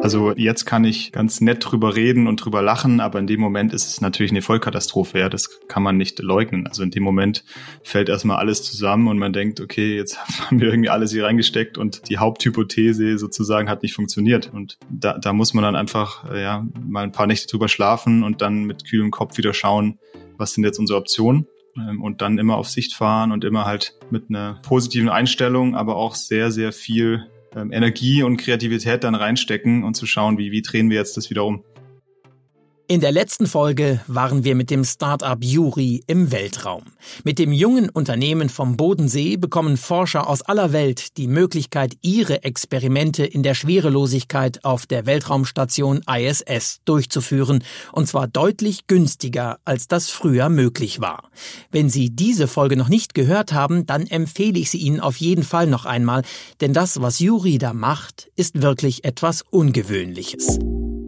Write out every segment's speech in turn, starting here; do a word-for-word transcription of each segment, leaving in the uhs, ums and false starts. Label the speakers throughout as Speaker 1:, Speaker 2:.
Speaker 1: Also jetzt kann ich ganz nett drüber reden und drüber lachen, aber in dem Moment ist es natürlich eine Vollkatastrophe. Ja, das kann man nicht leugnen. Also in dem Moment fällt erstmal alles zusammen und man denkt, okay, jetzt haben wir irgendwie alles hier reingesteckt und die Haupthypothese sozusagen hat nicht funktioniert. Und da, da muss man dann einfach ja mal ein paar Nächte drüber schlafen und dann mit kühlem Kopf wieder schauen, was sind jetzt unsere Optionen? Und dann immer auf Sicht fahren und immer halt mit einer positiven Einstellung, aber auch sehr, sehr viel ähm, Energie und Kreativität dann reinstecken und zu schauen, wie, wie drehen wir jetzt das wieder um.
Speaker 2: In der letzten Folge waren wir mit dem Start-up Yuri im Weltraum. Mit dem jungen Unternehmen vom Bodensee bekommen Forscher aus aller Welt die Möglichkeit, ihre Experimente in der Schwerelosigkeit auf der Weltraumstation I S S durchzuführen, und zwar deutlich günstiger, als das früher möglich war. Wenn Sie diese Folge noch nicht gehört haben, dann empfehle ich sie Ihnen auf jeden Fall noch einmal, denn das, was Yuri da macht, ist wirklich etwas Ungewöhnliches.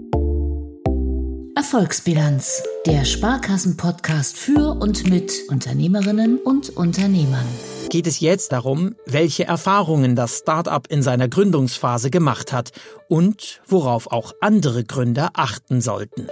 Speaker 3: Erfolgsbilanz, der Sparkassen-Podcast für und mit Unternehmerinnen und Unternehmern.
Speaker 2: Geht es jetzt darum, welche Erfahrungen das Start-up in seiner Gründungsphase gemacht hat und worauf auch andere Gründer achten sollten.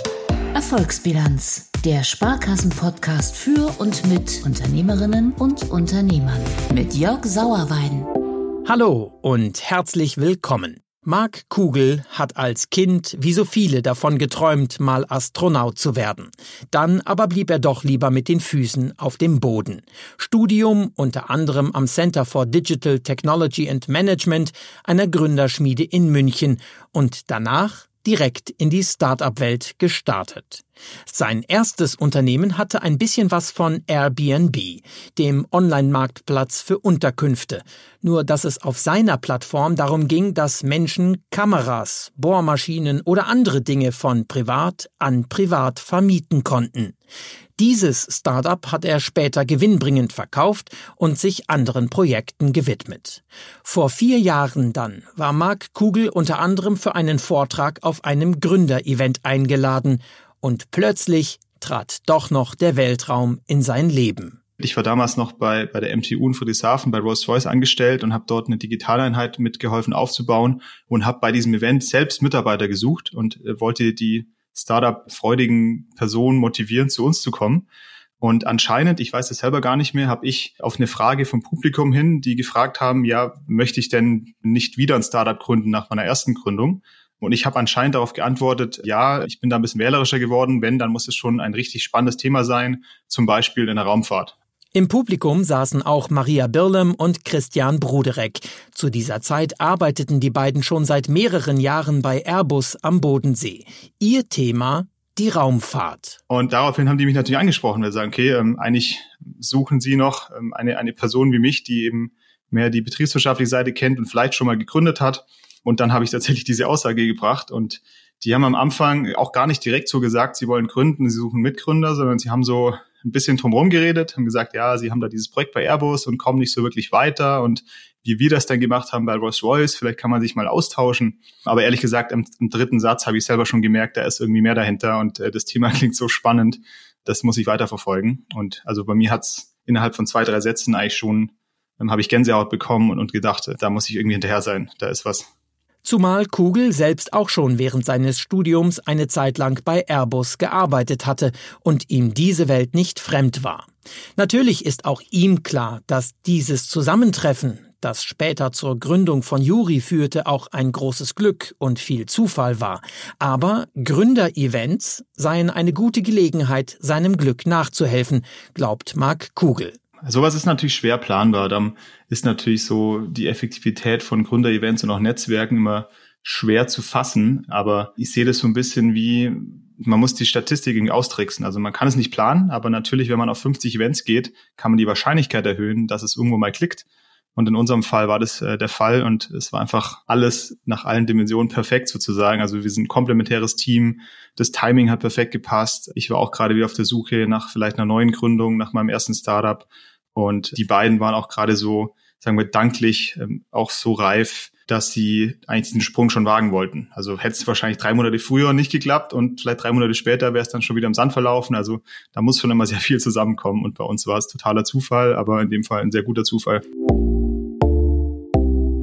Speaker 3: Erfolgsbilanz, der Sparkassen-Podcast für und mit Unternehmerinnen und Unternehmern. Mit Jörg Sauerwein.
Speaker 2: Hallo und herzlich willkommen. Marc Kugel hat als Kind, wie so viele, davon geträumt, mal Astronaut zu werden. Dann aber blieb er doch lieber mit den Füßen auf dem Boden. Studium unter anderem am Center for Digital Technology and Management, einer Gründerschmiede in München, und danach direkt in die Start-up-Welt gestartet. Sein erstes Unternehmen hatte ein bisschen was von Airbnb, dem Online-Marktplatz für Unterkünfte. Nur dass es auf seiner Plattform darum ging, dass Menschen Kameras, Bohrmaschinen oder andere Dinge von privat an privat vermieten konnten. Dieses Startup hat er später gewinnbringend verkauft und sich anderen Projekten gewidmet. Vor vier Jahren dann war Marc Kugel unter anderem für einen Vortrag auf einem Gründerevent eingeladen und plötzlich trat doch noch der Weltraum in sein Leben.
Speaker 1: Ich war damals noch bei, bei der M T U in Friedrichshafen bei Rolls-Royce angestellt und habe dort eine Digitaleinheit mitgeholfen aufzubauen und habe bei diesem Event selbst Mitarbeiter gesucht und äh, wollte die Startup-freudigen Personen motivieren, zu uns zu kommen. Und anscheinend, ich weiß es selber gar nicht mehr, habe ich auf eine Frage vom Publikum hin, die gefragt haben, ja, möchte ich denn nicht wieder ein Startup gründen nach meiner ersten Gründung? Und ich habe anscheinend darauf geantwortet, ja, ich bin da ein bisschen wählerischer geworden. Wenn, dann muss es schon ein richtig spannendes Thema sein, zum Beispiel in der Raumfahrt.
Speaker 2: Im Publikum saßen auch Maria Birlem und Christian Bruderek. Zu dieser Zeit arbeiteten die beiden schon seit mehreren Jahren bei Airbus am Bodensee. Ihr Thema: die Raumfahrt.
Speaker 1: Und daraufhin haben die mich natürlich angesprochen, weil sie sagen, okay, ähm, eigentlich suchen sie noch ähm, eine, eine Person wie mich, die eben mehr die betriebswirtschaftliche Seite kennt und vielleicht schon mal gegründet hat. Und dann habe ich tatsächlich diese Aussage gebracht und die haben am Anfang auch gar nicht direkt so gesagt, sie wollen gründen, sie suchen Mitgründer, sondern sie haben so ein bisschen drumherum geredet, haben gesagt, ja, sie haben da dieses Projekt bei Airbus und kommen nicht so wirklich weiter und wie wir das dann gemacht haben bei Rolls-Royce, vielleicht kann man sich mal austauschen. Aber ehrlich gesagt, im, im dritten Satz habe ich selber schon gemerkt, da ist irgendwie mehr dahinter und äh, das Thema klingt so spannend, das muss ich weiterverfolgen. Und also bei mir hat's innerhalb von zwei, drei Sätzen eigentlich schon, ähm, habe ich Gänsehaut bekommen und, und gedacht, da muss ich irgendwie hinterher sein, da ist was.
Speaker 2: Zumal Kugel selbst auch schon während seines Studiums eine Zeit lang bei Airbus gearbeitet hatte und ihm diese Welt nicht fremd war. Natürlich ist auch ihm klar, dass dieses Zusammentreffen, das später zur Gründung von Yuri führte, auch ein großes Glück und viel Zufall war. Aber Gründerevents seien eine gute Gelegenheit, seinem Glück nachzuhelfen, glaubt Marc Kugel.
Speaker 1: Sowas ist natürlich schwer planbar. Dann ist natürlich so die Effektivität von Gründerevents und auch Netzwerken immer schwer zu fassen. Aber ich sehe das so ein bisschen wie, man muss die Statistik irgendwie austricksen. Also man kann es nicht planen, aber natürlich, wenn man auf fünfzig Events geht, kann man die Wahrscheinlichkeit erhöhen, dass es irgendwo mal klickt. Und in unserem Fall war das äh, der Fall und es war einfach alles nach allen Dimensionen perfekt sozusagen. Also wir sind ein komplementäres Team, das Timing hat perfekt gepasst. Ich war auch gerade wieder auf der Suche nach vielleicht einer neuen Gründung, nach meinem ersten Startup. Und die beiden waren auch gerade so, sagen wir, danklich ähm, auch so reif, dass sie eigentlich diesen Sprung schon wagen wollten. Also hätte es wahrscheinlich drei Monate früher nicht geklappt und vielleicht drei Monate später wäre es dann schon wieder im Sand verlaufen. Also da muss schon immer sehr viel zusammenkommen. Und bei uns war es totaler Zufall, aber in dem Fall ein sehr guter Zufall.
Speaker 2: Die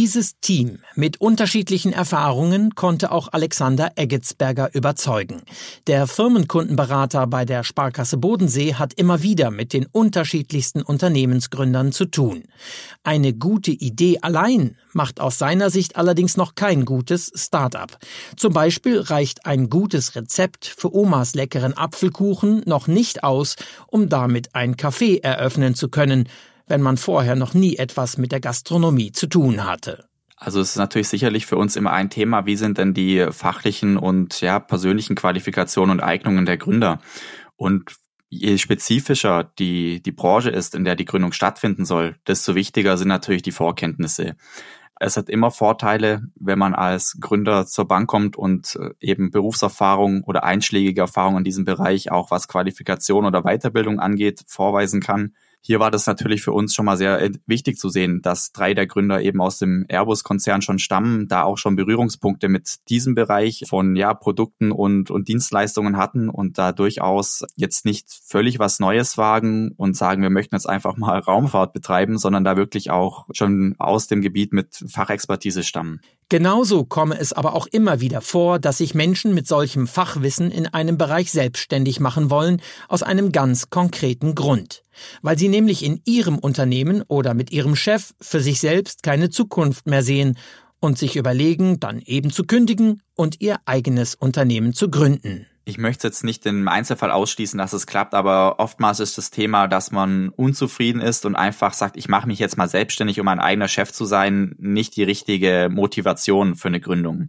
Speaker 2: Dieses Team mit unterschiedlichen Erfahrungen konnte auch Alexander Eggetsberger überzeugen. Der Firmenkundenberater bei der Sparkasse Bodensee hat immer wieder mit den unterschiedlichsten Unternehmensgründern zu tun. Eine gute Idee allein macht aus seiner Sicht allerdings noch kein gutes Start-up. Zum Beispiel reicht ein gutes Rezept für Omas leckeren Apfelkuchen noch nicht aus, um damit ein Café eröffnen zu können, wenn man vorher noch nie etwas mit der Gastronomie zu tun hatte.
Speaker 4: Also es ist natürlich sicherlich für uns immer ein Thema, wie sind denn die fachlichen und ja persönlichen Qualifikationen und Eignungen der Gründer? Und je spezifischer die die Branche ist, in der die Gründung stattfinden soll, desto wichtiger sind natürlich die Vorkenntnisse. Es hat immer Vorteile, wenn man als Gründer zur Bank kommt und eben Berufserfahrung oder einschlägige Erfahrung in diesem Bereich, auch was Qualifikation oder Weiterbildung angeht, vorweisen kann. Hier war das natürlich für uns schon mal sehr wichtig zu sehen, dass drei der Gründer eben aus dem Airbus-Konzern schon stammen, da auch schon Berührungspunkte mit diesem Bereich von ja Produkten und und Dienstleistungen hatten und da durchaus jetzt nicht völlig was Neues wagen und sagen, wir möchten jetzt einfach mal Raumfahrt betreiben, sondern da wirklich auch schon aus dem Gebiet mit Fachexpertise stammen.
Speaker 2: Genauso komme es aber auch immer wieder vor, dass sich Menschen mit solchem Fachwissen in einem Bereich selbstständig machen wollen, aus einem ganz konkreten Grund. Weil sie nämlich in ihrem Unternehmen oder mit ihrem Chef für sich selbst keine Zukunft mehr sehen und sich überlegen, dann eben zu kündigen und ihr eigenes Unternehmen zu gründen.
Speaker 4: Ich möchte jetzt nicht im Einzelfall ausschließen, dass es klappt, aber oftmals ist das Thema, dass man unzufrieden ist und einfach sagt, ich mache mich jetzt mal selbstständig, um mein eigener Chef zu sein, nicht die richtige Motivation für eine Gründung.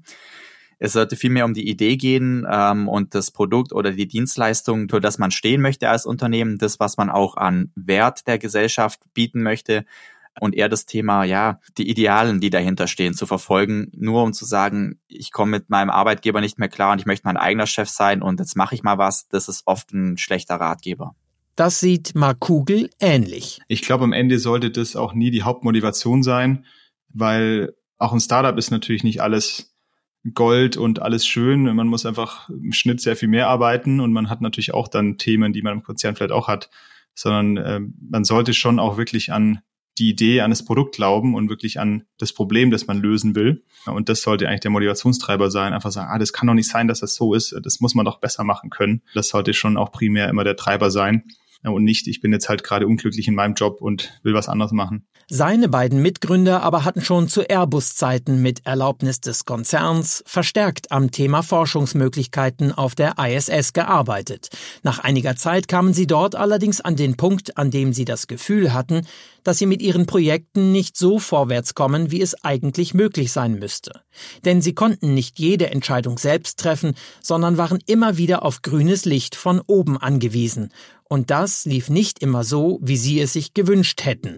Speaker 4: Es sollte vielmehr um die Idee gehen ähm, und das Produkt oder die Dienstleistung, für das man stehen möchte als Unternehmen, das, was man auch an Wert der Gesellschaft bieten möchte. Und eher das Thema, ja, die Idealen, die dahinter stehen, zu verfolgen, nur um zu sagen, ich komme mit meinem Arbeitgeber nicht mehr klar und ich möchte mein eigener Chef sein und jetzt mache ich mal was, das ist oft ein schlechter Ratgeber.
Speaker 2: Das sieht Mark Kugel ähnlich.
Speaker 1: Ich glaube, am Ende sollte das auch nie die Hauptmotivation sein, weil auch ein Startup ist natürlich nicht alles Gold und alles schön. Man muss einfach im Schnitt sehr viel mehr arbeiten und man hat natürlich auch dann Themen, die man im Konzern vielleicht auch hat, sondern äh, man sollte schon auch wirklich an die Idee, an das Produkt glauben und wirklich an das Problem, das man lösen will. Und das sollte eigentlich der Motivationstreiber sein. Einfach sagen, ah, das kann doch nicht sein, dass das so ist. Das muss man doch besser machen können. Das sollte schon auch primär immer der Treiber sein. Und nicht, ich bin jetzt halt gerade unglücklich in meinem Job und will was anderes machen.
Speaker 2: Seine beiden Mitgründer aber hatten schon zu Airbus-Zeiten mit Erlaubnis des Konzerns verstärkt am Thema Forschungsmöglichkeiten auf der I S S gearbeitet. Nach einiger Zeit kamen sie dort allerdings an den Punkt, an dem sie das Gefühl hatten, dass sie mit ihren Projekten nicht so vorwärts kommen, wie es eigentlich möglich sein müsste. Denn sie konnten nicht jede Entscheidung selbst treffen, sondern waren immer wieder auf grünes Licht von oben angewiesen. Und das lief nicht immer so, wie sie es sich gewünscht hätten.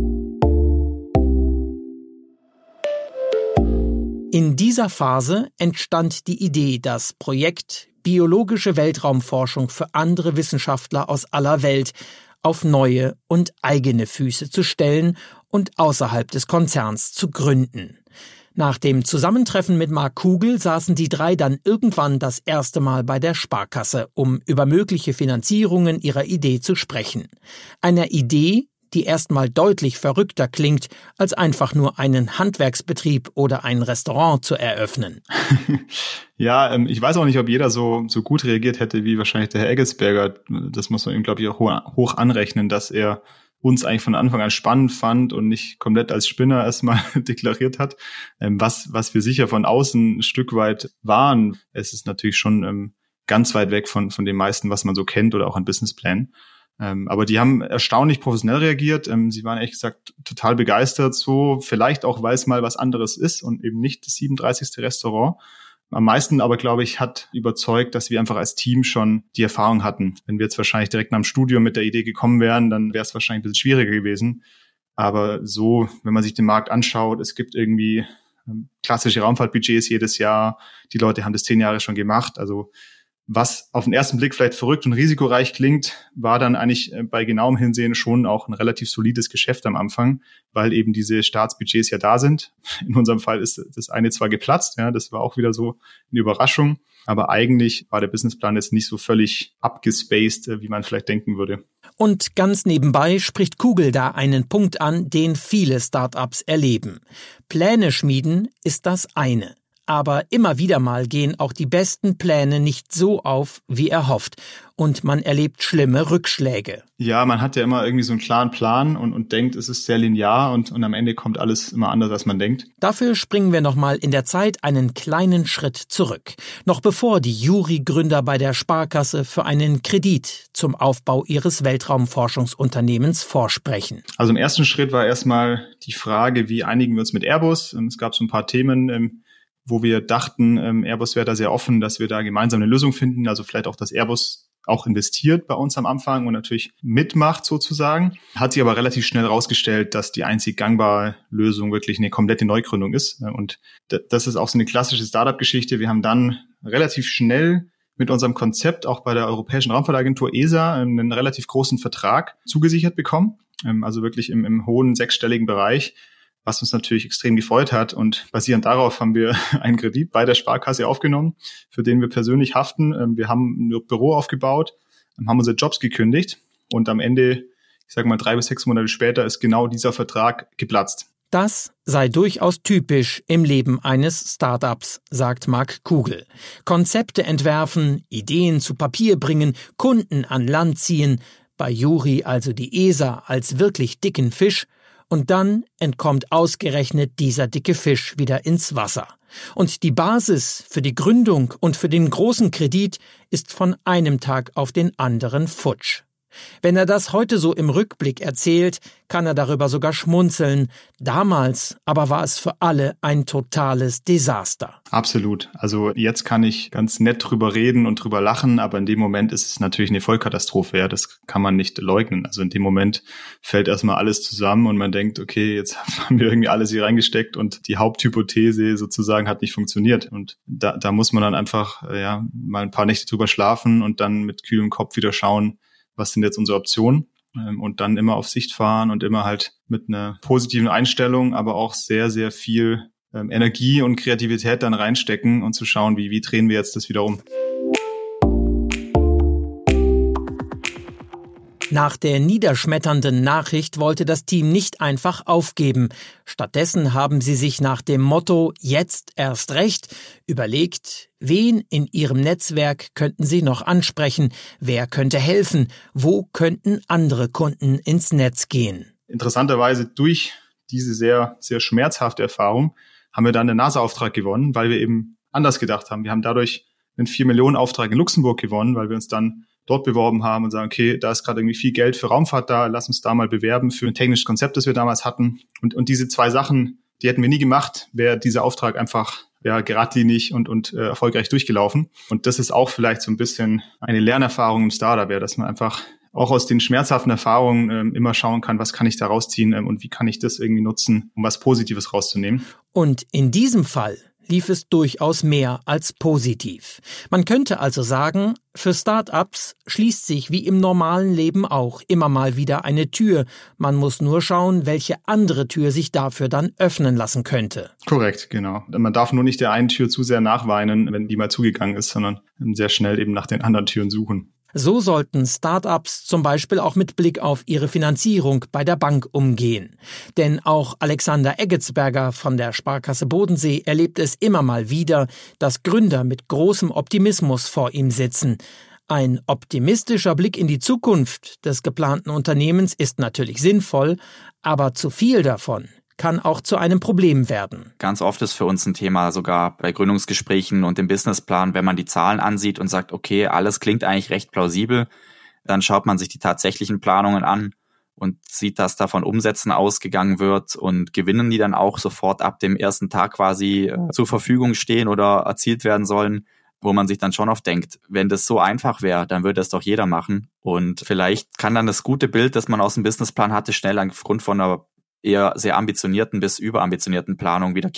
Speaker 2: In dieser Phase entstand die Idee, das Projekt Biologische Weltraumforschung für andere Wissenschaftler aus aller Welt auf neue und eigene Füße zu stellen und außerhalb des Konzerns zu gründen. Nach dem Zusammentreffen mit Mark Kugel saßen die drei dann irgendwann das erste Mal bei der Sparkasse, um über mögliche Finanzierungen ihrer Idee zu sprechen. Einer Idee, die erstmal deutlich verrückter klingt, als einfach nur einen Handwerksbetrieb oder ein Restaurant zu eröffnen.
Speaker 1: Ja, ähm, ich weiß auch nicht, ob jeder so so gut reagiert hätte wie wahrscheinlich der Herr Eggetsberger. Das muss man ihm, glaube ich, auch hoch, hoch anrechnen, dass er uns eigentlich von Anfang an spannend fand und nicht komplett als Spinner erstmal deklariert hat, ähm, was was wir sicher von außen ein Stück weit waren. Es ist natürlich schon ähm, ganz weit weg von von dem meisten, was man so kennt oder auch an Businessplänen. Ähm, aber die haben erstaunlich professionell reagiert. Ähm, sie waren ehrlich gesagt total begeistert, so vielleicht auch, weil es mal was anderes ist und eben nicht das siebenunddreißigste Restaurant. Am meisten aber, glaube ich, hat überzeugt, dass wir einfach als Team schon die Erfahrung hatten. Wenn wir jetzt wahrscheinlich direkt nach dem Studium mit der Idee gekommen wären, dann wäre es wahrscheinlich ein bisschen schwieriger gewesen. Aber so, wenn man sich den Markt anschaut, es gibt irgendwie ähm, klassische Raumfahrtbudgets jedes Jahr. Die Leute haben das zehn Jahre schon gemacht. Also Was auf den ersten Blick vielleicht verrückt und risikoreich klingt, war dann eigentlich bei genauem Hinsehen schon auch ein relativ solides Geschäft am Anfang, weil eben diese Staatsbudgets ja da sind. In unserem Fall ist das eine zwar geplatzt, ja, das war auch wieder so eine Überraschung, aber eigentlich war der Businessplan jetzt nicht so völlig abgespaced, wie man vielleicht denken würde.
Speaker 2: Und ganz nebenbei spricht Kugel da einen Punkt an, den viele Startups erleben. Pläne schmieden ist das eine. Aber immer wieder mal gehen auch die besten Pläne nicht so auf, wie erhofft. Und man erlebt schlimme Rückschläge.
Speaker 1: Ja, man hat ja immer irgendwie so einen klaren Plan und, und denkt, es ist sehr linear und, und am Ende kommt alles immer anders, als man denkt.
Speaker 2: Dafür springen wir nochmal in der Zeit einen kleinen Schritt zurück. Noch bevor die Juri-Gründer bei der Sparkasse für einen Kredit zum Aufbau ihres Weltraumforschungsunternehmens vorsprechen.
Speaker 1: Also im ersten Schritt war erstmal die Frage, wie einigen wir uns mit Airbus? Es gab so ein paar Themen, wo wir dachten, ähm, Airbus wäre da sehr offen, dass wir da gemeinsam eine Lösung finden. Also vielleicht auch, dass Airbus auch investiert bei uns am Anfang und natürlich mitmacht sozusagen. Hat sich aber relativ schnell rausgestellt, dass die einzig gangbare Lösung wirklich eine komplette Neugründung ist. Und das ist auch so eine klassische Startup-Geschichte. Wir haben dann relativ schnell mit unserem Konzept auch bei der Europäischen Raumfahrtagentur E S A einen relativ großen Vertrag zugesichert bekommen. Also wirklich im, im hohen sechsstelligen Bereich, was uns natürlich extrem gefreut hat. Und basierend darauf haben wir einen Kredit bei der Sparkasse aufgenommen, für den wir persönlich haften. Wir haben ein Büro aufgebaut, haben unsere Jobs gekündigt und am Ende, ich sage mal drei bis sechs Monate später, ist genau dieser Vertrag geplatzt.
Speaker 2: Das sei durchaus typisch im Leben eines Startups, sagt Marc Kugel. Konzepte entwerfen, Ideen zu Papier bringen, Kunden an Land ziehen, bei Juri also die E S A als wirklich dicken Fisch, und dann entkommt ausgerechnet dieser dicke Fisch wieder ins Wasser. Und die Basis für die Gründung und für den großen Kredit ist von einem Tag auf den anderen futsch. Wenn er das heute so im Rückblick erzählt, kann er darüber sogar schmunzeln. Damals aber war es für alle ein totales Desaster.
Speaker 1: Absolut. Also jetzt kann ich ganz nett drüber reden und drüber lachen, aber in dem Moment ist es natürlich eine Vollkatastrophe. Ja, das kann man nicht leugnen. Also in dem Moment fällt erstmal alles zusammen und man denkt, okay, jetzt haben wir irgendwie alles hier reingesteckt und die Haupthypothese sozusagen hat nicht funktioniert. Und da, da muss man dann einfach ja mal ein paar Nächte drüber schlafen und dann mit kühlem Kopf wieder schauen, was sind jetzt unsere Optionen, und dann immer auf Sicht fahren und immer halt mit einer positiven Einstellung, aber auch sehr, sehr viel ähm, Energie und Kreativität dann reinstecken und zu schauen, wie, wie drehen wir jetzt das wieder um.
Speaker 2: Nach der niederschmetternden Nachricht wollte das Team nicht einfach aufgeben. Stattdessen haben sie sich nach dem Motto »Jetzt erst recht« überlegt, wen in ihrem Netzwerk könnten sie noch ansprechen, wer könnte helfen, wo könnten andere Kunden ins Netz gehen.
Speaker 1: Interessanterweise durch diese sehr, sehr schmerzhafte Erfahrung haben wir dann den NASA-Auftrag gewonnen, weil wir eben anders gedacht haben. Wir haben dadurch einen vier Millionen Auftrag in Luxemburg gewonnen, weil wir uns dann dort beworben haben und sagen, okay, da ist gerade irgendwie viel Geld für Raumfahrt da, lass uns da mal bewerben für ein technisches Konzept, das wir damals hatten. Und, und diese zwei Sachen, die hätten wir nie gemacht, wäre dieser Auftrag einfach ja, geradlinig und, und äh, erfolgreich durchgelaufen. Und das ist auch vielleicht so ein bisschen eine Lernerfahrung im Startup, ja, dass man einfach auch aus den schmerzhaften Erfahrungen ähm, immer schauen kann, was kann ich da rausziehen ähm, und wie kann ich das irgendwie nutzen, um was Positives rauszunehmen.
Speaker 2: Und in diesem Fall lief es durchaus mehr als positiv. Man könnte also sagen, für Start-ups schließt sich wie im normalen Leben auch immer mal wieder eine Tür. Man muss nur schauen, welche andere Tür sich dafür dann öffnen lassen könnte.
Speaker 1: Korrekt, genau. Man darf nur nicht der einen Tür zu sehr nachweinen, wenn die mal zugegangen ist, sondern sehr schnell eben nach den anderen Türen suchen.
Speaker 2: So sollten Start-ups zum Beispiel auch mit Blick auf ihre Finanzierung bei der Bank umgehen. Denn auch Alexander Eggetsberger von der Sparkasse Bodensee erlebt es immer mal wieder, dass Gründer mit großem Optimismus vor ihm sitzen. Ein optimistischer Blick in die Zukunft des geplanten Unternehmens ist natürlich sinnvoll, aber zu viel davon kann auch zu einem Problem werden.
Speaker 4: Ganz oft ist für uns ein Thema, sogar bei Gründungsgesprächen und dem Businessplan, wenn man die Zahlen ansieht und sagt, okay, alles klingt eigentlich recht plausibel, dann schaut man sich die tatsächlichen Planungen an und sieht, dass da von Umsätzen ausgegangen wird und Gewinnen, die dann auch sofort ab dem ersten Tag quasi äh, zur Verfügung stehen oder erzielt werden sollen, wo man sich dann schon oft denkt, wenn das so einfach wäre, dann würde das doch jeder machen. Und vielleicht kann dann das gute Bild, das man aus dem Businessplan hatte, schnell aufgrund von einer eher sehr ambitionierten bis überambitionierten Planung wieder kippen.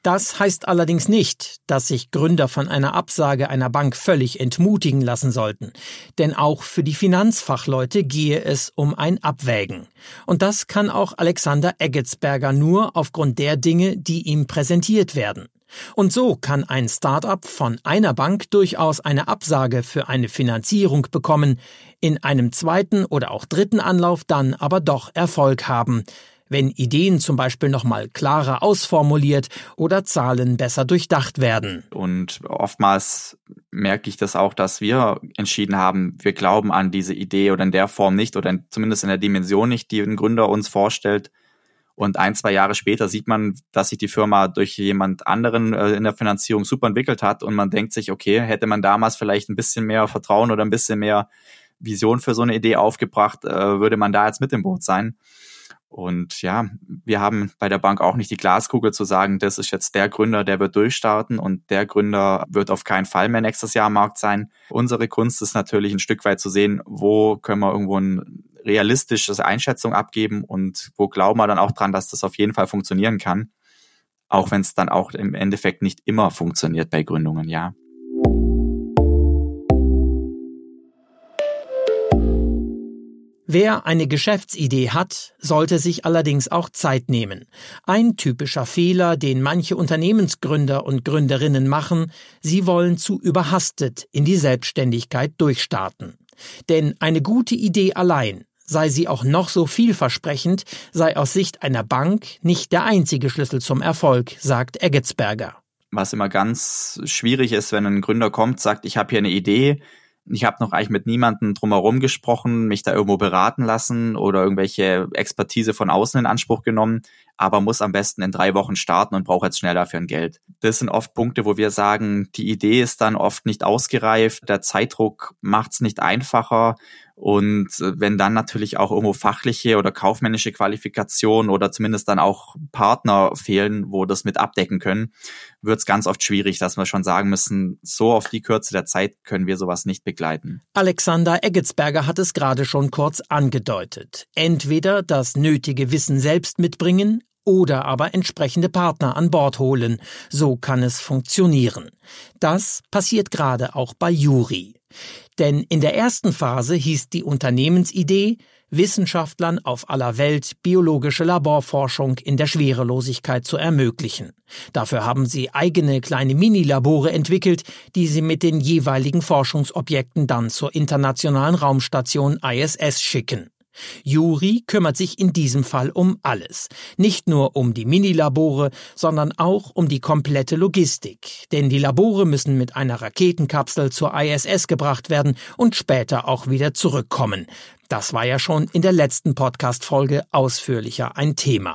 Speaker 2: Das heißt allerdings nicht, dass sich Gründer von einer Absage einer Bank völlig entmutigen lassen sollten. Denn auch für die Finanzfachleute gehe es um ein Abwägen. Und das kann auch Alexander Eggetsberger nur aufgrund der Dinge, die ihm präsentiert werden. Und so kann ein Start-up von einer Bank durchaus eine Absage für eine Finanzierung bekommen, in einem zweiten oder auch dritten Anlauf dann aber doch Erfolg haben, wenn Ideen zum Beispiel nochmal klarer ausformuliert oder Zahlen besser durchdacht werden.
Speaker 4: Und oftmals merke ich das auch, dass wir entschieden haben, wir glauben an diese Idee oder in der Form nicht oder zumindest in der Dimension nicht, die ein Gründer uns vorstellt. Und ein, zwei Jahre später sieht man, dass sich die Firma durch jemand anderen in der Finanzierung super entwickelt hat und man denkt sich, okay, hätte man damals vielleicht ein bisschen mehr Vertrauen oder ein bisschen mehr Vision für so eine Idee aufgebracht, würde man da jetzt mit im Boot sein. Und ja, wir haben bei der Bank auch nicht die Glaskugel zu sagen, das ist jetzt der Gründer, der wird durchstarten und der Gründer wird auf keinen Fall mehr nächstes Jahr am Markt sein. Unsere Kunst ist natürlich ein Stück weit zu sehen, wo können wir irgendwo eine realistische Einschätzung abgeben und wo glauben wir dann auch dran, dass das auf jeden Fall funktionieren kann. Auch wenn es dann auch im Endeffekt nicht immer funktioniert bei Gründungen, ja.
Speaker 2: Wer eine Geschäftsidee hat, sollte sich allerdings auch Zeit nehmen. Ein typischer Fehler, den manche Unternehmensgründer und Gründerinnen machen, sie wollen zu überhastet in die Selbstständigkeit durchstarten. Denn eine gute Idee allein, sei sie auch noch so vielversprechend, sei aus Sicht einer Bank nicht der einzige Schlüssel zum Erfolg, sagt Eggetsberger.
Speaker 4: Was immer ganz schwierig ist, wenn ein Gründer kommt, sagt, ich habe hier eine Idee, ich habe noch eigentlich mit niemandem drumherum gesprochen, mich da irgendwo beraten lassen oder irgendwelche Expertise von außen in Anspruch genommen, aber muss am besten in drei Wochen starten und braucht jetzt schnell dafür ein Geld. Das sind oft Punkte, wo wir sagen, die Idee ist dann oft nicht ausgereift, der Zeitdruck macht es nicht einfacher und wenn dann natürlich auch irgendwo fachliche oder kaufmännische Qualifikation oder zumindest dann auch Partner fehlen, wo das mit abdecken können, wird es ganz oft schwierig, dass wir schon sagen müssen, so auf die Kürze der Zeit können wir sowas nicht begleiten.
Speaker 2: Alexander Eggetsberger hat es gerade schon kurz angedeutet. Entweder das nötige Wissen selbst mitbringen oder aber entsprechende Partner an Bord holen. So kann es funktionieren. Das passiert gerade auch bei Juri. Denn in der ersten Phase hieß die Unternehmensidee, Wissenschaftlern auf aller Welt biologische Laborforschung in der Schwerelosigkeit zu ermöglichen. Dafür haben sie eigene kleine Minilabore entwickelt, die sie mit den jeweiligen Forschungsobjekten dann zur internationalen Raumstation I S S schicken. Juri kümmert sich in diesem Fall um alles. Nicht nur um die Minilabore, sondern auch um die komplette Logistik. Denn die Labore müssen mit einer Raketenkapsel zur I S S gebracht werden und später auch wieder zurückkommen. Das war ja schon in der letzten Podcast-Folge ausführlicher ein Thema.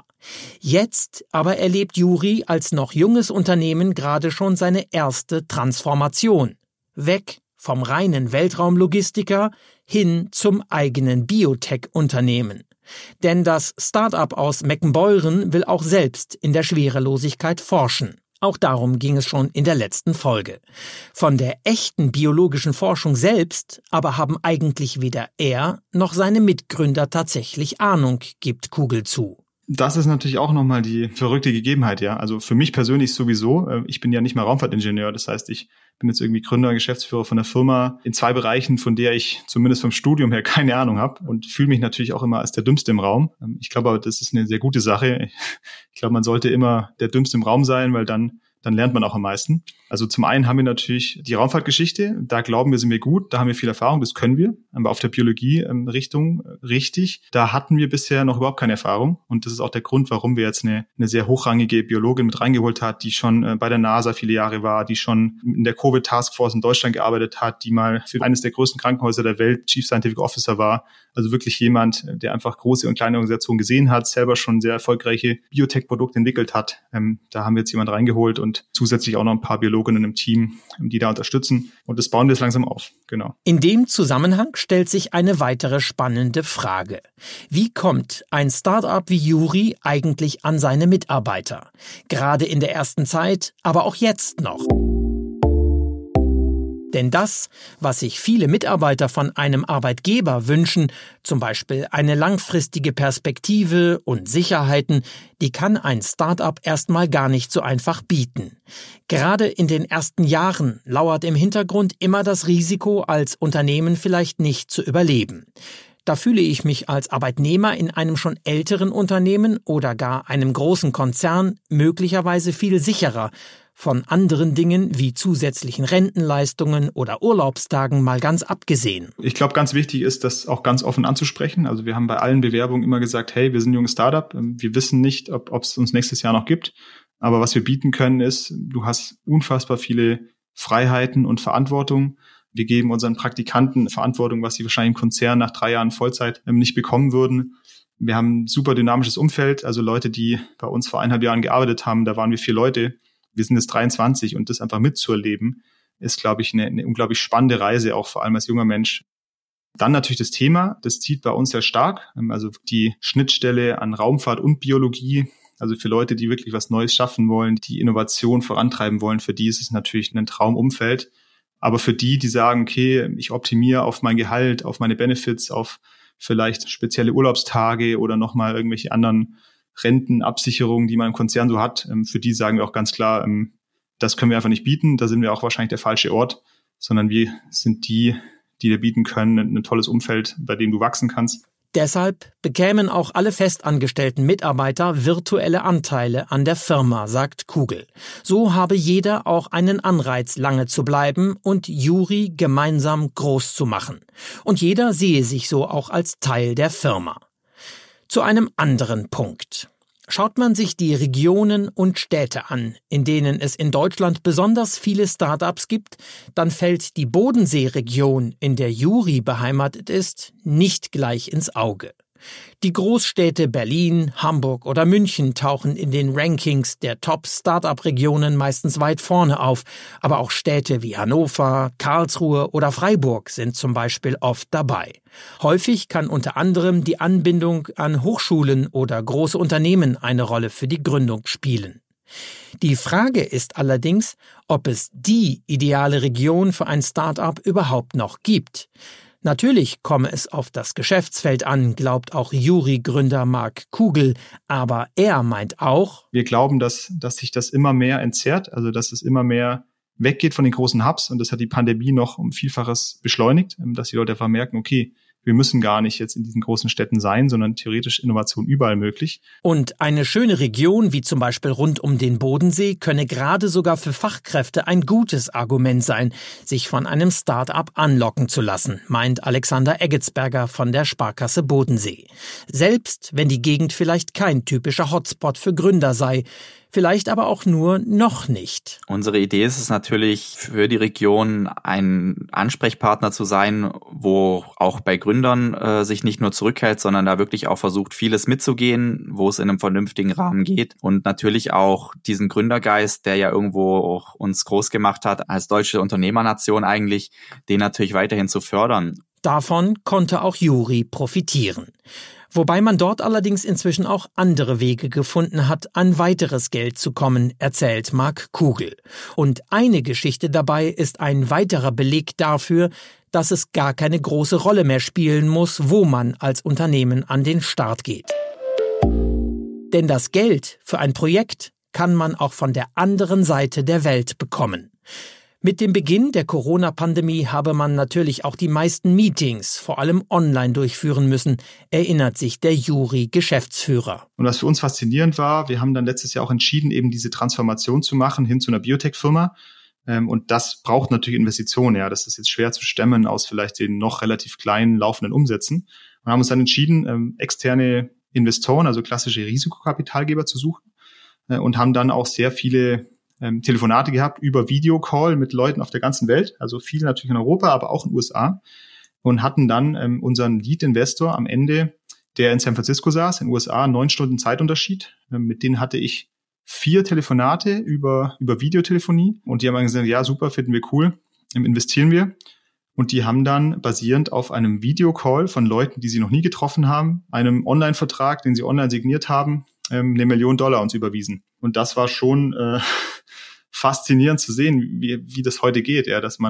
Speaker 2: Jetzt aber erlebt Juri als noch junges Unternehmen gerade schon seine erste Transformation. Weg vom reinen Weltraumlogistiker hin zum eigenen Biotech-Unternehmen. Denn das Start-up aus Meckenbeuren will auch selbst in der Schwerelosigkeit forschen. Auch darum ging es schon in der letzten Folge. Von der echten biologischen Forschung selbst aber haben eigentlich weder er noch seine Mitgründer tatsächlich Ahnung, gibt Kugel zu.
Speaker 1: Das ist natürlich auch nochmal die verrückte Gegebenheit, ja. Also für mich persönlich sowieso. Ich bin ja nicht mal Raumfahrtingenieur. Das heißt, ich bin jetzt irgendwie Gründer, Geschäftsführer von einer Firma in zwei Bereichen, von der ich zumindest vom Studium her keine Ahnung habe und fühle mich natürlich auch immer als der Dümmste im Raum. Ich glaube aber, das ist eine sehr gute Sache. Ich glaube, man sollte immer der Dümmste im Raum sein, weil dann dann lernt man auch am meisten. Also zum einen haben wir natürlich die Raumfahrtgeschichte, da glauben wir, sind wir gut, da haben wir viel Erfahrung, das können wir, aber auf der Biologie-Richtung ähm, richtig, da hatten wir bisher noch überhaupt keine Erfahrung und das ist auch der Grund, warum wir jetzt eine, eine sehr hochrangige Biologin mit reingeholt hat, die schon äh, bei der NASA viele Jahre war, die schon in der Covid-Taskforce in Deutschland gearbeitet hat, die mal für eines der größten Krankenhäuser der Welt Chief Scientific Officer war, also wirklich jemand, der einfach große und kleine Organisationen gesehen hat, selber schon sehr erfolgreiche Biotech-Produkte entwickelt hat. Ähm, da haben wir jetzt jemand reingeholt und zusätzlich auch noch ein paar Biologinnen im Team, die da unterstützen. Und das bauen wir jetzt langsam auf. Genau.
Speaker 2: In dem Zusammenhang stellt sich eine weitere spannende Frage. Wie kommt ein Start-up wie Juri eigentlich an seine Mitarbeiter? Gerade in der ersten Zeit, aber auch jetzt noch. Denn das, was sich viele Mitarbeiter von einem Arbeitgeber wünschen, zum Beispiel eine langfristige Perspektive und Sicherheiten, die kann ein Start-up erstmal gar nicht so einfach bieten. Gerade in den ersten Jahren lauert im Hintergrund immer das Risiko, als Unternehmen vielleicht nicht zu überleben. Da fühle ich mich als Arbeitnehmer in einem schon älteren Unternehmen oder gar einem großen Konzern möglicherweise viel sicherer, von anderen Dingen wie zusätzlichen Rentenleistungen oder Urlaubstagen mal ganz abgesehen.
Speaker 1: Ich glaube, ganz wichtig ist, das auch ganz offen anzusprechen. Also wir haben bei allen Bewerbungen immer gesagt, hey, wir sind ein junges Startup, wir wissen nicht, ob es uns nächstes Jahr noch gibt. Aber was wir bieten können ist, du hast unfassbar viele Freiheiten und Verantwortung. Wir geben unseren Praktikanten Verantwortung, was sie wahrscheinlich im Konzern nach drei Jahren Vollzeit nicht bekommen würden. Wir haben ein super dynamisches Umfeld. Also Leute, die bei uns vor eineinhalb Jahren gearbeitet haben, da waren wir vier Leute. Wir sind jetzt dreiundzwanzig und das einfach mitzuerleben, ist, glaube ich, eine, eine unglaublich spannende Reise, auch vor allem als junger Mensch. Dann natürlich das Thema, das zieht bei uns sehr stark. Also die Schnittstelle an Raumfahrt und Biologie, also für Leute, die wirklich was Neues schaffen wollen, die Innovation vorantreiben wollen, für die ist es natürlich ein Traumumfeld. Aber für die, die sagen, okay, ich optimiere auf mein Gehalt, auf meine Benefits, auf vielleicht spezielle Urlaubstage oder nochmal irgendwelche anderen Rentenabsicherungen, die man im Konzern so hat, für die sagen wir auch ganz klar, das können wir einfach nicht bieten, da sind wir auch wahrscheinlich der falsche Ort, sondern wir sind die, die dir bieten können, ein tolles Umfeld, bei dem du wachsen kannst.
Speaker 2: Deshalb bekämen auch alle festangestellten Mitarbeiter virtuelle Anteile an der Firma, sagt Kugel. So habe jeder auch einen Anreiz, lange zu bleiben und Juri gemeinsam groß zu machen. Und jeder sehe sich so auch als Teil der Firma. Zu einem anderen Punkt. Schaut man sich die Regionen und Städte an, in denen es in Deutschland besonders viele Start-ups gibt, dann fällt die Bodenseeregion, in der Juri beheimatet ist, nicht gleich ins Auge. Die Großstädte Berlin, Hamburg oder München tauchen in den Rankings der Top-Start-up-Regionen meistens weit vorne auf, aber auch Städte wie Hannover, Karlsruhe oder Freiburg sind zum Beispiel oft dabei. Häufig kann unter anderem die Anbindung an Hochschulen oder große Unternehmen eine Rolle für die Gründung spielen. Die Frage ist allerdings, ob es die ideale Region für ein Start-up überhaupt noch gibt. Natürlich komme es auf das Geschäftsfeld an, glaubt auch Juri-Gründer Marc Kugel, aber er meint auch,
Speaker 1: wir glauben, dass, dass sich das immer mehr entzerrt, also dass es immer mehr weggeht von den großen Hubs und das hat die Pandemie noch um Vielfaches beschleunigt, dass die Leute einfach merken, okay, wir müssen gar nicht jetzt in diesen großen Städten sein, sondern theoretisch Innovation überall möglich.
Speaker 2: Und eine schöne Region, wie zum Beispiel rund um den Bodensee, könne gerade sogar für Fachkräfte ein gutes Argument sein, sich von einem Start-up anlocken zu lassen, meint Alexander Eggetsberger von der Sparkasse Bodensee. Selbst wenn die Gegend vielleicht kein typischer Hotspot für Gründer sei, vielleicht aber auch nur noch nicht.
Speaker 4: Unsere Idee ist es natürlich, für die Region ein Ansprechpartner zu sein, wo auch bei Gründern äh, sich nicht nur zurückhält, sondern da wirklich auch versucht, vieles mitzugehen, wo es in einem vernünftigen Rahmen geht. Und natürlich auch diesen Gründergeist, der ja irgendwo auch uns groß gemacht hat, als deutsche Unternehmernation eigentlich, den natürlich weiterhin zu fördern.
Speaker 2: Davon konnte auch Juri profitieren. Wobei man dort allerdings inzwischen auch andere Wege gefunden hat, an weiteres Geld zu kommen, erzählt Marc Kugel. Und eine Geschichte dabei ist ein weiterer Beleg dafür, dass es gar keine große Rolle mehr spielen muss, wo man als Unternehmen an den Start geht. Denn das Geld für ein Projekt kann man auch von der anderen Seite der Welt bekommen. Mit dem Beginn der Corona-Pandemie habe man natürlich auch die meisten Meetings, vor allem online, durchführen müssen, erinnert sich der Juri-Geschäftsführer.
Speaker 1: Und was für uns faszinierend war, wir haben dann letztes Jahr auch entschieden, eben diese Transformation zu machen hin zu einer Biotech-Firma. Und das braucht natürlich Investitionen. Ja, das ist jetzt schwer zu stemmen aus vielleicht den noch relativ kleinen laufenden Umsätzen. Und haben uns dann entschieden, externe Investoren, also klassische Risikokapitalgeber zu suchen und haben dann auch sehr viele Ähm, Telefonate gehabt über Videocall mit Leuten auf der ganzen Welt, also viele natürlich in Europa, aber auch in den U S A und hatten dann ähm, unseren Lead-Investor am Ende, der in San Francisco saß, in den U S A, neun Stunden Zeitunterschied. Ähm, mit denen hatte ich vier Telefonate über über Videotelefonie und die haben dann gesagt, ja super, finden wir cool, ähm, investieren wir. Und die haben dann basierend auf einem Videocall von Leuten, die sie noch nie getroffen haben, einem Online-Vertrag, den sie online signiert haben, ähm, eine Million Dollar uns überwiesen. Und das war schon äh, faszinierend zu sehen, wie, wie das heute geht, ja, dass man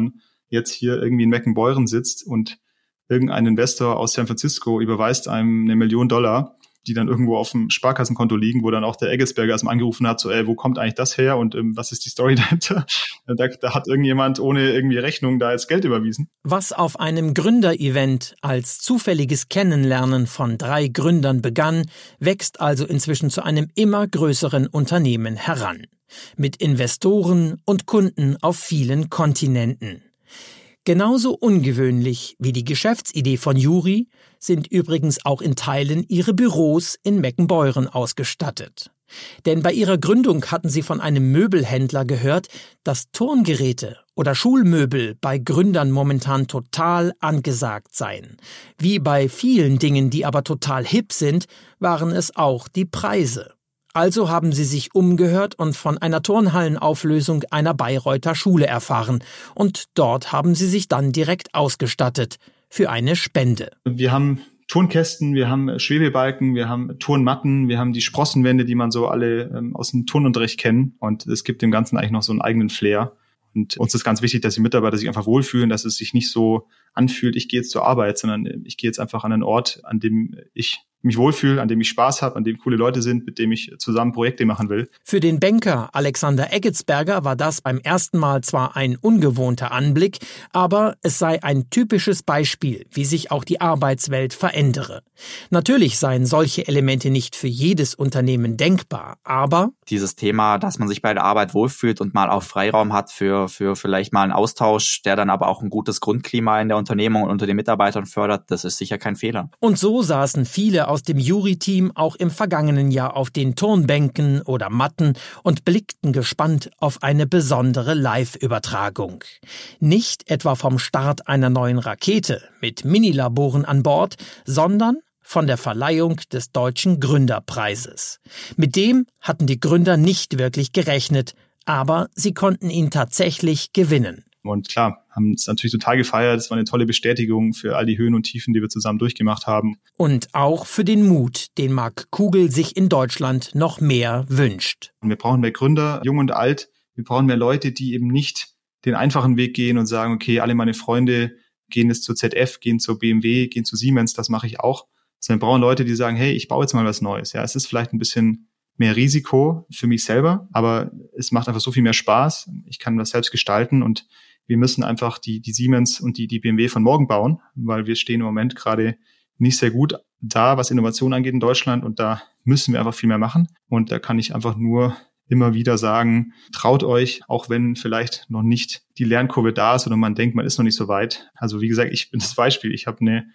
Speaker 1: jetzt hier irgendwie in Meckenbeuren sitzt und irgendein Investor aus San Francisco überweist einem eine Million Dollar, die dann irgendwo auf dem Sparkassenkonto liegen, wo dann auch der Eggelsberger erstmal angerufen hat, so, ey, wo kommt eigentlich das her und ähm, was ist die Story dahinter? Da, da hat irgendjemand ohne irgendwie Rechnung da jetzt Geld überwiesen.
Speaker 2: Was auf einem Gründerevent als zufälliges Kennenlernen von drei Gründern begann, wächst also inzwischen zu einem immer größeren Unternehmen heran. Mit Investoren und Kunden auf vielen Kontinenten. Genauso ungewöhnlich wie die Geschäftsidee von Juri sind übrigens auch in Teilen ihre Büros in Meckenbeuren ausgestattet. Denn bei ihrer Gründung hatten sie von einem Möbelhändler gehört, dass Turngeräte oder Schulmöbel bei Gründern momentan total angesagt seien. Wie bei vielen Dingen, die aber total hip sind, waren es auch die Preise. Also haben sie sich umgehört und von einer Turnhallenauflösung einer Bayreuther Schule erfahren. Und dort haben sie sich dann direkt ausgestattet für eine Spende.
Speaker 1: Wir haben Turnkästen, wir haben Schwebebalken, wir haben Turnmatten, wir haben die Sprossenwände, die man so alle ähm, aus dem Turnunterricht kennen. Und es gibt dem Ganzen eigentlich noch so einen eigenen Flair. Und uns ist ganz wichtig, dass die Mitarbeiter sich einfach wohlfühlen, dass es sich nicht so anfühlt, ich gehe jetzt zur Arbeit, sondern ich gehe jetzt einfach an einen Ort, an dem ich mich wohlfühle, an dem ich Spaß habe, an dem coole Leute sind, mit dem ich zusammen Projekte machen will.
Speaker 2: Für den Banker Alexander Eggelsberger war das beim ersten Mal zwar ein ungewohnter Anblick, aber es sei ein typisches Beispiel, wie sich auch die Arbeitswelt verändere. Natürlich seien solche Elemente nicht für jedes Unternehmen denkbar, aber
Speaker 4: dieses Thema, dass man sich bei der Arbeit wohlfühlt und mal auch Freiraum hat für, für vielleicht mal einen Austausch, der dann aber auch ein gutes Grundklima in der Unternehmung und unter den Mitarbeitern fördert, das ist sicher kein Fehler.
Speaker 2: Und so saßen viele aus dem Juri-Team auch im vergangenen Jahr auf den Turnbänken oder Matten und blickten gespannt auf eine besondere Live-Übertragung. Nicht etwa vom Start einer neuen Rakete mit Minilaboren an Bord, sondern von der Verleihung des Deutschen Gründerpreises. Mit dem hatten die Gründer nicht wirklich gerechnet, aber sie konnten ihn tatsächlich gewinnen.
Speaker 1: Und klar, haben es natürlich total gefeiert. Es war eine tolle Bestätigung für all die Höhen und Tiefen, die wir zusammen durchgemacht haben.
Speaker 2: Und auch für den Mut, den Marc Kugel sich in Deutschland noch mehr wünscht.
Speaker 1: Und wir brauchen mehr Gründer, jung und alt. Wir brauchen mehr Leute, die eben nicht den einfachen Weg gehen und sagen, okay, alle meine Freunde gehen jetzt zur Z F, gehen zur B M W, gehen zu Siemens, das mache ich auch. Sondern wir brauchen Leute, die sagen, hey, ich baue jetzt mal was Neues. Ja, es ist vielleicht ein bisschen mehr Risiko für mich selber, aber es macht einfach so viel mehr Spaß. Ich kann das selbst gestalten und wir müssen einfach die, die Siemens und die, die B M W von morgen bauen, weil wir stehen im Moment gerade nicht sehr gut da, was Innovation angeht in Deutschland, und da müssen wir einfach viel mehr machen. Und da kann ich einfach nur immer wieder sagen, traut euch, auch wenn vielleicht noch nicht die Lernkurve da ist oder man denkt, man ist noch nicht so weit. Also wie gesagt, ich bin das Beispiel. Ich habe eine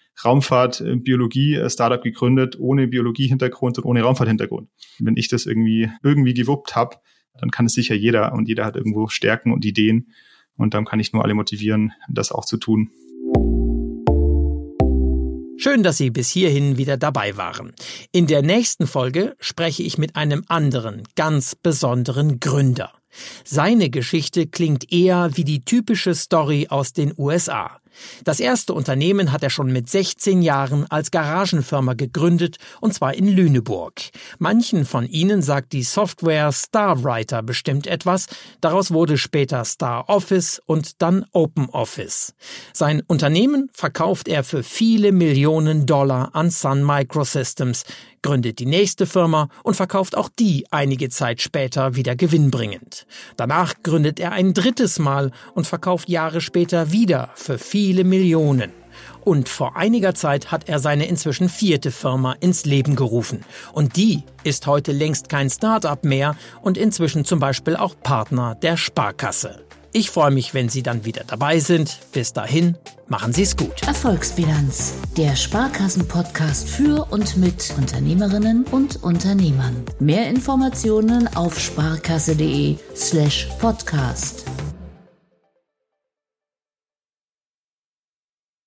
Speaker 1: Raumfahrt-Biologie-Startup gegründet, ohne Biologie-Hintergrund und ohne Raumfahrt-Hintergrund. Wenn ich das irgendwie irgendwie gewuppt habe, dann kann es sicher jeder, und jeder hat irgendwo Stärken und Ideen. Und dann kann ich nur alle motivieren, das auch zu tun.
Speaker 2: Schön, dass Sie bis hierhin wieder dabei waren. In der nächsten Folge spreche ich mit einem anderen, ganz besonderen Gründer. Seine Geschichte klingt eher wie die typische Story aus den U S A. Das erste Unternehmen hat er schon mit sechzehn Jahren als Garagenfirma gegründet, und zwar in Lüneburg. Manchen von Ihnen sagt die Software Starwriter bestimmt etwas. Daraus wurde später Star Office und dann Open Office. Sein Unternehmen verkauft er für viele Millionen Dollar an Sun Microsystems, gründet die nächste Firma und verkauft auch die einige Zeit später wieder gewinnbringend. Danach gründet er ein drittes Mal und verkauft Jahre später wieder für viele Millionen. Und vor einiger Zeit hat er seine inzwischen vierte Firma ins Leben gerufen. Und die ist heute längst kein Start-up mehr und inzwischen zum Beispiel auch Partner der Sparkasse. Ich freue mich, wenn Sie dann wieder dabei sind. Bis dahin, machen Sie es gut.
Speaker 3: Erfolgsbilanz, der Sparkassen-Podcast für und mit Unternehmerinnen und Unternehmern. Mehr Informationen auf sparkasse.de slash podcast.